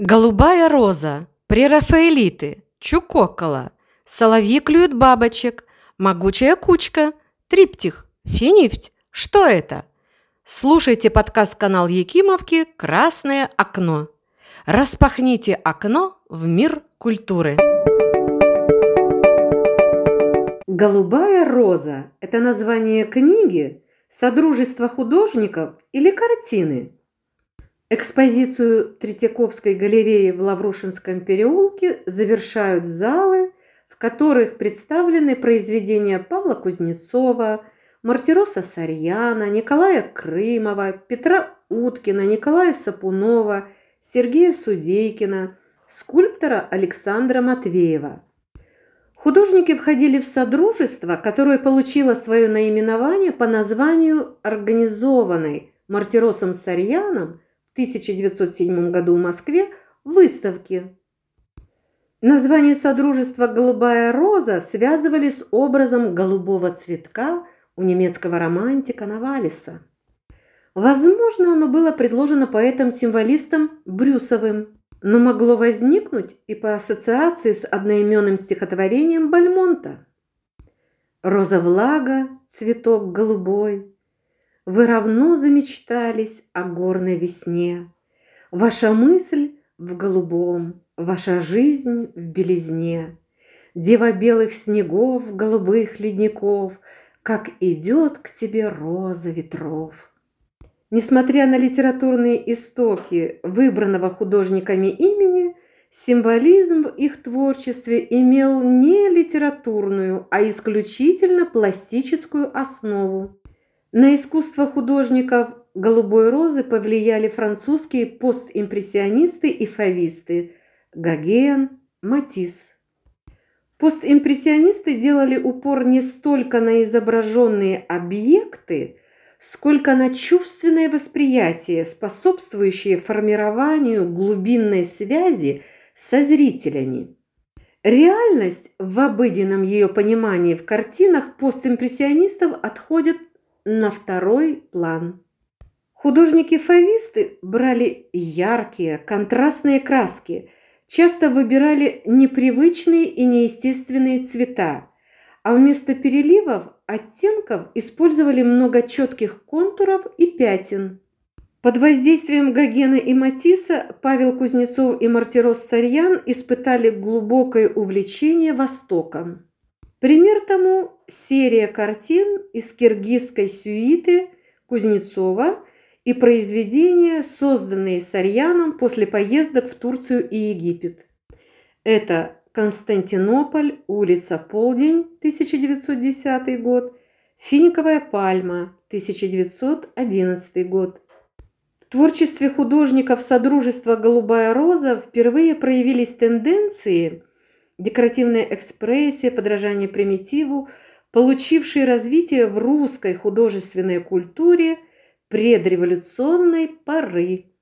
Голубая роза, прерафаэлиты, чукокола, соловьи клюют бабочек, могучая кучка, триптих, финифть. Что это? Слушайте подкаст канал Якимовки «Красное окно». Распахните окно в мир культуры. Голубая роза – это название книги, содружества художников или картины? Экспозицию Третьяковской галереи в Лаврушинском переулке завершают залы, в которых представлены произведения Павла Кузнецова, Мартироса Сарьяна, Николая Крымова, Петра Уткина, Николая Сапунова, Сергея Судейкина, скульптора Александра Матвеева. Художники входили в содружество, которое получило свое наименование по названию организованной Мартиросом Сарьяном в 1907 году в Москве выставки. Название содружества «Голубая роза» связывали с образом голубого цветка у немецкого романтика Новалиса. Возможно, оно было предложено поэтом-символистом Брюсовым, но могло возникнуть и по ассоциации с одноименным стихотворением Бальмонта. «Роза влага, цветок голубой, вы равно замечтались о горной весне. Ваша мысль в голубом, ваша жизнь в белизне. Дева белых снегов, голубых ледников, как идет к тебе роза ветров». Несмотря на литературные истоки выбранного художниками имени, символизм в их творчестве имел не литературную, а исключительно пластическую основу. На искусство художников «Голубой розы» повлияли французские постимпрессионисты и фависты Гоген, Матисс. Постимпрессионисты делали упор не столько на изображенные объекты, сколько на чувственное восприятие, способствующее формированию глубинной связи со зрителями. Реальность в обыденном ее понимании в картинах постимпрессионистов отходит на второй план. Художники-фависты брали яркие, контрастные краски, часто выбирали непривычные и неестественные цвета, а вместо переливов, оттенков использовали много четких контуров и пятен. Под воздействием Гогена и Матисса Павел Кузнецов и Мартирос Сарьян испытали глубокое увлечение Востоком. Пример тому – серия картин из киргизской сюиты Кузнецова и произведения, созданные Сарьяном после поездок в Турцию и Египет. Это Константинополь, улица Полдень, 1910 год, Финиковая пальма, 1911 год. В творчестве художников содружества «Голубая роза» впервые проявились тенденции, декоративная экспрессия, подражание примитиву, получившие развитие в русской художественной культуре предреволюционной поры.